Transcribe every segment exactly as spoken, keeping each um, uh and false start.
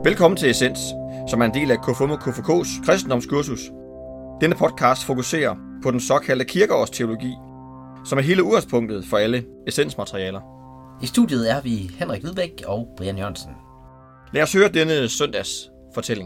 Velkommen til Essens, som er en del af K F U M og K F K's kristendomskursus. Denne podcast fokuserer på den såkaldte kirkeårsteologi, som er hele udgangspunktet for alle essensmaterialer. I studiet er vi Henrik Hvidbæk og Brian Jørgensen. Lad os høre denne søndags fortælling.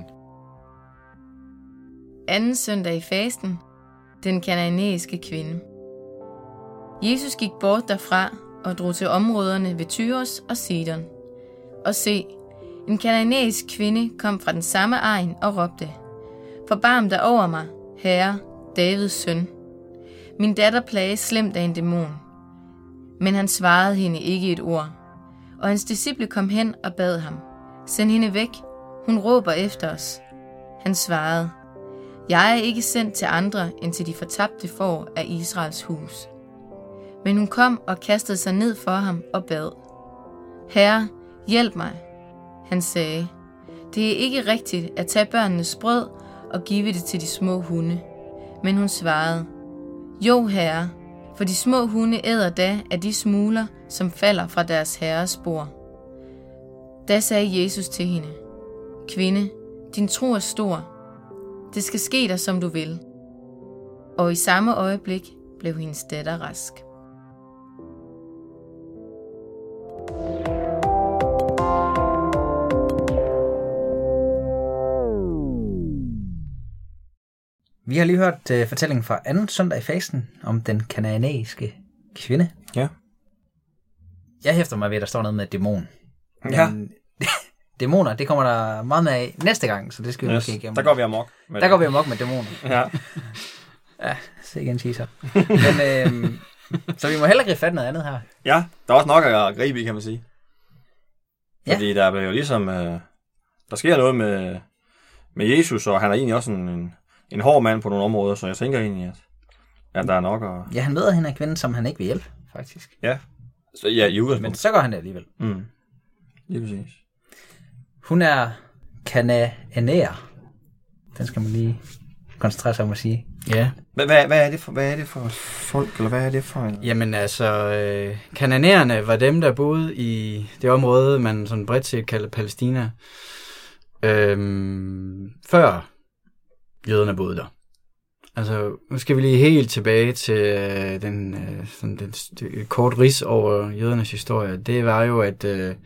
Anden søndag i fasten, den kananæiske kvinde. Jesus gik bort derfra og drog til områderne ved Tyros og Sidon. Og se, en kananæisk kvinde kom fra den samme egn og råbte: Forbarm dig over mig, Herre, Davids søn. Min datter plages slemt af en dæmon. Men han svarede hende ikke et ord. Og hans disciple kom hen og bad ham: Send hende væk, hun råber efter os. Han svarede: Jeg er ikke sendt til andre end til de fortabte får af Israels hus. Men hun kom og kastede sig ned for ham og bad: Herre, hjælp mig. Han sagde: Det er ikke rigtigt at tage børnenes brød og give det til de små hunde. Men hun svarede: Jo, herre, for de små hunde æder da af de smuler, som falder fra deres herres bord. Da sagde Jesus til hende: Kvinde, din tro er stor. Det skal ske dig, som du vil. Og i samme øjeblik blev hendes datter rask. Vi har lige hørt uh, fortællingen fra anden søndag i fasten om den kananæiske kvinde. Ja. Jeg hæfter mig ved, at der står noget med dæmon. Ja. Men, dæmoner, det kommer der meget med af næste gang, så det skal vi Yes. måske igennem. Der går vi amok. Der det. går vi amok med dæmoner. Ja. Ja, se igen teaser. Men, øhm, så vi må hellere gribe fat noget andet her. Ja, der er også nok at gribe i, kan man sige. Fordi Ja. der er jo ligesom, øh, der sker noget med, med Jesus, og han er egentlig også en, en, en hård mand på nogle områder, så jeg tænker egentlig, at, at der er nok at... Ja, han møder hende af kvinden, som han ikke vil hjælpe, faktisk. Ja, så ja, i udgangspunkt. Men så gør han det alligevel. Mm. Lige præcis. Hun er kananæer. Den skal man lige koncentrere sig om at sige. Ja. Hvad, hvad, hvad, er det for, hvad er det for folk, eller hvad er det for en... Jamen altså, øh, kananæerne var dem, der boede i det område, man sådan bredt set kalder Palæstina, øh, før jøderne boede der. Altså, nu skal vi lige helt tilbage til øh, den, øh, sådan den st- kort rids over jødernes historie. Det var jo, at øh,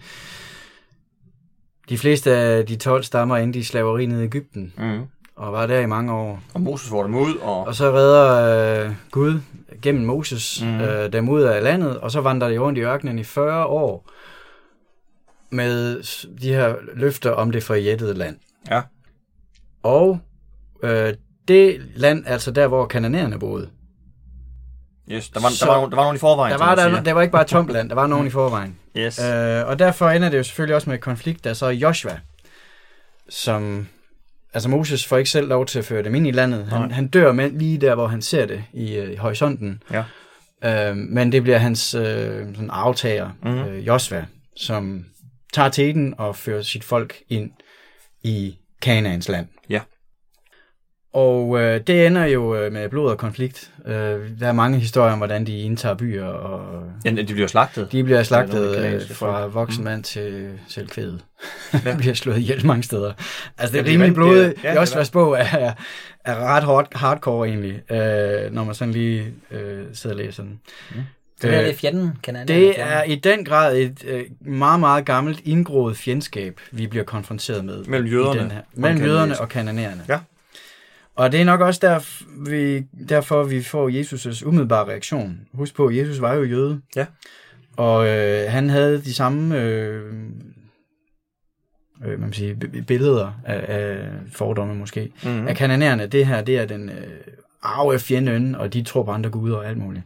de fleste af de tolv stammer endte i slaveri nede i Egypten, Mm. og var der i mange år. Og Moses får dem ud, og... Og så redder øh, Gud gennem Moses Mhm. øh, dem ud af landet, og så vandrer de rundt i ørkenen i fyrre år med s- de her løfter om det forjættede land. Ja. Og øh, det land, altså der, hvor kananæerne boede, Yes, der var, Så- der, var, der var nogen i forvejen, der som var, man der, siger. der var ikke bare et tomt land, der var nogen i forvejen. Yes. Øh, og derfor ender det jo selvfølgelig også med konflikt, der så er Joshua, som... Altså Moses får ikke selv lov til at føre dem ind i landet. Han, Nej. han dør med lige der, hvor han ser det i, øh, i horisonten. Ja. Øh, men det bliver hans øh, sådan aftager, Mhm. mm-hmm. øh, Josva, som tager teten og fører sit folk ind i Kanaans land. Ja. Og øh, det ender jo øh, med blod og konflikt. Øh, der er mange historier om, hvordan de indtager byer, og Ja, de bliver slagtet. de bliver Ja, slagtet nogle øh, kanadiske fra folk. voksen mand til selv kvædet. De bliver slået ihjel mange steder. Altså det er Ja, rimelig det er- blodigt. ja, det er- Josvas bog er, er ret hard, hardcore egentlig, øh, når man sådan lige øh, sidder og læser den. Så det er Øh, det fjenden, kananæerne. Det er i den grad et øh, meget, meget gammelt indgroet fjendskab, vi bliver konfronteret med. Mellem i jøderne den her. og Mellem de jøderne kanadiske. og kananæerne. Ja. Og det er nok også der, vi, derfor, vi får Jesus' umiddelbare reaktion. Husk på, Jesus var jo jøde. Ja. Og øh, han havde de samme øh, øh, man sige, b- billeder af, af fordomme måske. Mm-hmm. Af kananæerne, det her, det er den øh, arve fjenden, og de tror på andre guder og alt muligt.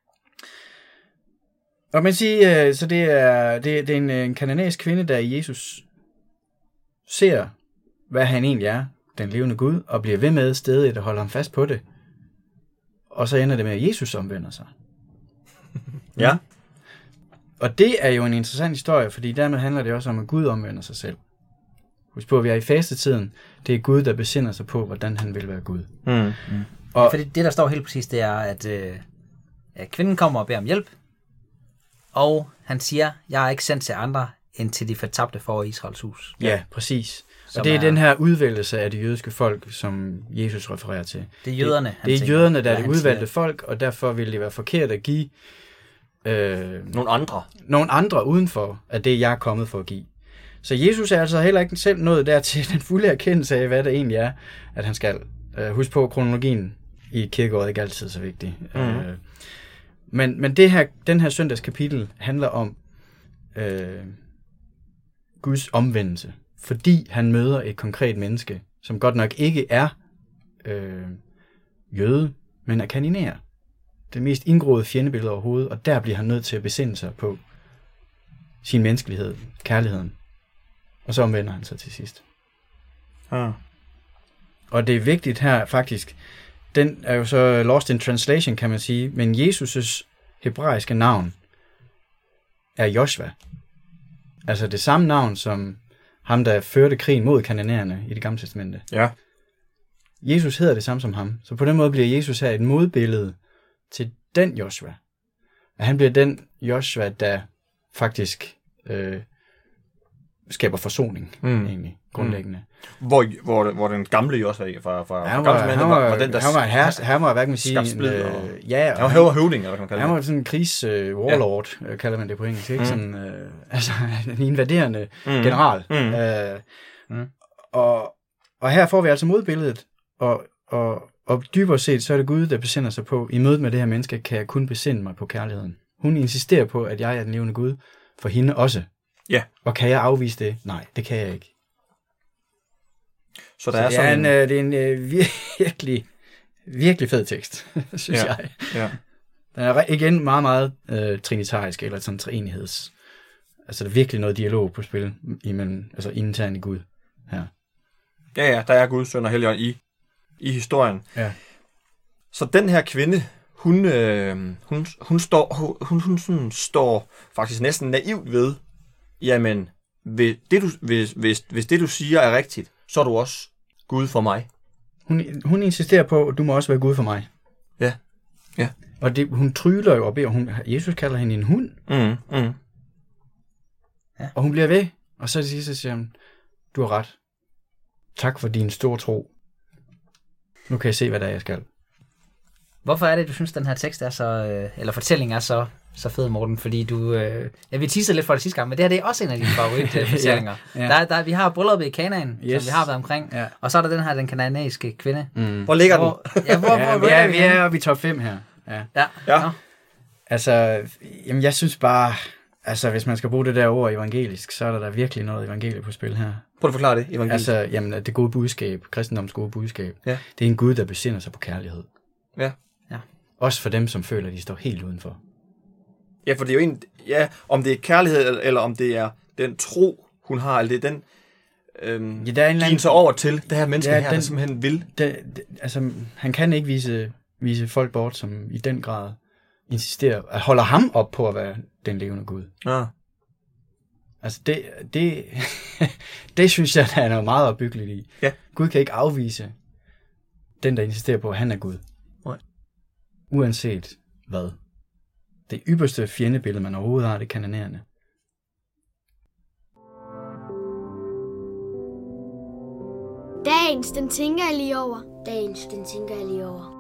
Og man siger, øh, så det er, det, det er en, en kananæisk kvinde, der i Jesus ser, hvad han egentlig er, den levende Gud, og bliver ved med stedet og holder ham fast på det. Og så ender det med, at Jesus omvender sig. Ja. Og det er jo en interessant historie, fordi dermed handler det også om, at Gud omvender sig selv. Husk på, at vi er i fastetiden. Det er Gud, der besinder sig på, hvordan han vil være Gud. Mm. Og Fordi det, der står helt præcis, det er, at, øh, at kvinden kommer og beder om hjælp, og han siger, jeg er ikke sendt til andre, end til de fortabte for Israels hus. ja, præcis. Og det er, er den her udvælgelse af det jødiske folk, som Jesus refererer til. Det er jøderne, Det, det er tænker, jøderne, der er det han udvalgte siger. folk, og derfor vil det være forkert at give øh, Nogle andre. nogle andre udenfor af det, jeg er kommet for at give. Så Jesus er altså heller ikke selv nået der til den fulde erkendelse af, hvad det egentlig er, at han skal. Øh, husk på, kronologien i kirkeåret er ikke altid så vigtig. Mm-hmm. Øh, men men det her, den her søndags kapitel handler om øh, Guds omvendelse, fordi han møder et konkret menneske, som godt nok ikke er øh, jøde, men er kananæer. Det mest indgroede fjendebillede overhovedet, og der bliver han nødt til at besinde sig på sin menneskelighed, kærligheden. Og så omvender han sig til sidst. Ja. Og det er vigtigt her faktisk, den er jo så lost in translation, kan man sige, men Jesus' hebraiske navn er Joshua. Altså det samme navn som ham, der førte krigen mod kananæerne i det gamle testamente. Ja. Jesus hedder det samme som ham. Så på den måde bliver Jesus her et modbillede til den Joshua. Og han bliver den Joshua, der faktisk øh, skaber forsoning, mm. egentlig, grundlæggende. Hvor, hvor, hvor den gamle jo også var fra, fra, Han fra var, gamle han var, var, var den, der han var, her, han var hvad kan man sige, skabte splid en, og- øh, ja, han var høver høvding, eller hvad kan man kalde han det. var sådan en krigs øh, warlord, ja. kalder man det på engelsk, ikke? Mm. Sådan, øh, altså en invaderende Mm. general. Mm. Øh, Mm. og, og her får vi altså modbilledet, og, og, og dybere set, så er det Gud, der besinder sig på, i mødet med det her menneske, kan jeg kun besinde mig på kærligheden. Hun insisterer på, at jeg er den levende Gud, for hende også. Ja. Og kan jeg afvise det? Nej, det kan jeg ikke. Så der Så er det, er sådan en, øh, det er en øh, virkelig, virkelig fed tekst, synes Ja. jeg. ja. Den er re- igen meget, meget øh, trinitarisk, eller sådan treenigheds. Altså der er virkelig noget dialog på spil, imellem, altså internt i Gud her. ja, ja, der er Guds søn og Helligånd i, i historien. Ja. Så den her kvinde, hun, øh, hun, hun, står, hun, hun sådan står faktisk næsten naivt ved, jamen, hvis det, du, hvis, hvis, hvis det du siger er rigtigt, så er du også Gud for mig. Hun, hun insisterer på, at du må også være Gud for mig. Ja. Ja. Og det, hun tryller jo og beder, hun, Jesus kalder hende en hund, Mm, mm. og hun bliver ved. Og så til sidst så siger hun, du har ret. Tak for din store tro. Nu kan jeg se, hvad der er, jeg skal. Hvorfor er det, du synes, den her tekst er så, øh, eller fortælling er så, så fed, Morten? Fordi du, øh, ja, vi teasede lidt for det sidste gang, men det her det er også en af dine favoritfortællinger. Ja, ja. Der, der, vi har brylluppet i Kanaan, Yes. som vi har været omkring, Ja. og så er der den her, den kananæiske kvinde. Mm. Hvor ligger den? Hvor, ja, hvor, Ja, hvor, vi, er, hvor vi er oppe i top fem her. Ja. Ja, Ja. Nå. Altså, jamen jeg synes bare, altså hvis man skal bruge det der ord evangelisk, så er der da virkelig noget evangelie på spil her. Prøv at forklare det, evangeliet. Altså, jamen at det gode budskab, kristendoms gode budskab, Ja. det er en Gud, der besinder sig på kærlighed. Ja. Også for dem, som føler, at de står helt udenfor. Ja, for det er jo en, ja, om det er kærlighed, eller, eller om det er den tro, hun har, eller det er den øhm, Ja, der er en eller give anden- sig over til det her menneske Ja, her, den- der simpelthen vil. Det, det, altså, han kan ikke vise, vise folk bort, som i den grad insisterer, at holder ham op på at være den levende Gud. Ja. Altså, det, det, det synes jeg, der er noget meget opbyggeligt i. Ja. Gud kan ikke afvise den, der insisterer på, at han er Gud. Nej. Uanset hvad. Det ypperste fjendebillede, man overhovedet har, det er kananæerne. Dagens, den tænker jeg lige over. Dagens, den tænker jeg lige over.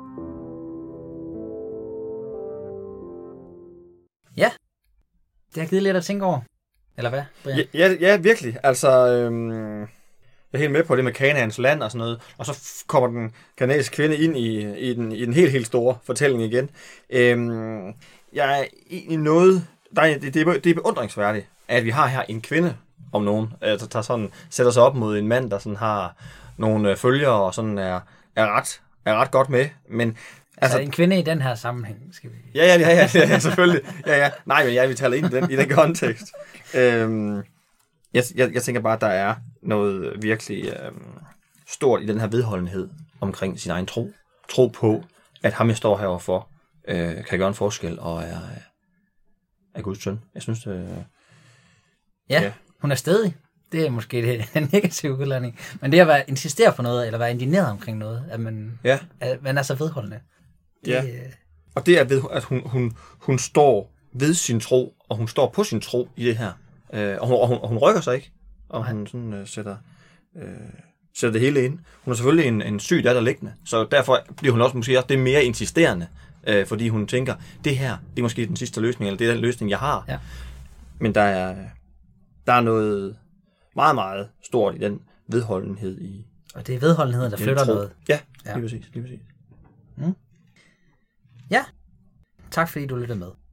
Ja, det har givet lidt at tænke over. Eller hvad, Brian? Ja, ja, ja, virkelig. Altså, øhm, jeg er helt med på det med Kanaans land og sådan noget. Og så f- kommer den kanadiske kvinde ind i, i, den, i den helt, helt store fortælling igen. Øhm, jeg er egentlig noget... Der er, det, det, er, det er beundringsværdigt, at vi har her en kvinde om nogen, altså, der sådan, sætter sig op mod en mand, der sådan har nogle øh, følgere og sådan er, er, ret, er ret godt med. Men Altså, altså, en kvinde i den her sammenhæng, skal vi... Ja, ja, ja, ja, ja, ja selvfølgelig. Ja, ja. Nej, men ja, vi taler ind i den, i den kontekst. Øhm, jeg, jeg, jeg tænker bare, at der er noget virkelig øhm, stort i den her vedholdenhed omkring sin egen tro. Tro på, at ham, jeg står herovre for, øh, kan gøre en forskel og er, er Guds søn. Jeg synes, det... Øh, Ja, Ja. hun er stedig. Det er måske det, den negative udlanding. Men det at være, insistere på noget, eller være indigneret omkring noget, at man, ja. at man er så vedholdende. Det, Ja. Og det er ved, at hun, hun, hun står ved sin tro, og hun står på sin tro i det her. Øh, og, hun, og, hun, og hun rykker sig ikke, og hun sådan, øh, sætter øh, sætter det hele ind. Hun er selvfølgelig en, en syg datter liggende, så derfor bliver hun også måske også det mere insisterende, øh, fordi hun tænker, det her, det er måske den sidste løsning, eller det er den løsning, jeg har. Ja. Men der er, der er noget meget, meget stort i den vedholdenhed i... Og det er vedholdenheden, der flytter noget. Ja, Ja. lige præcis. Lige præcis. Ja. Tak fordi du lyttede med.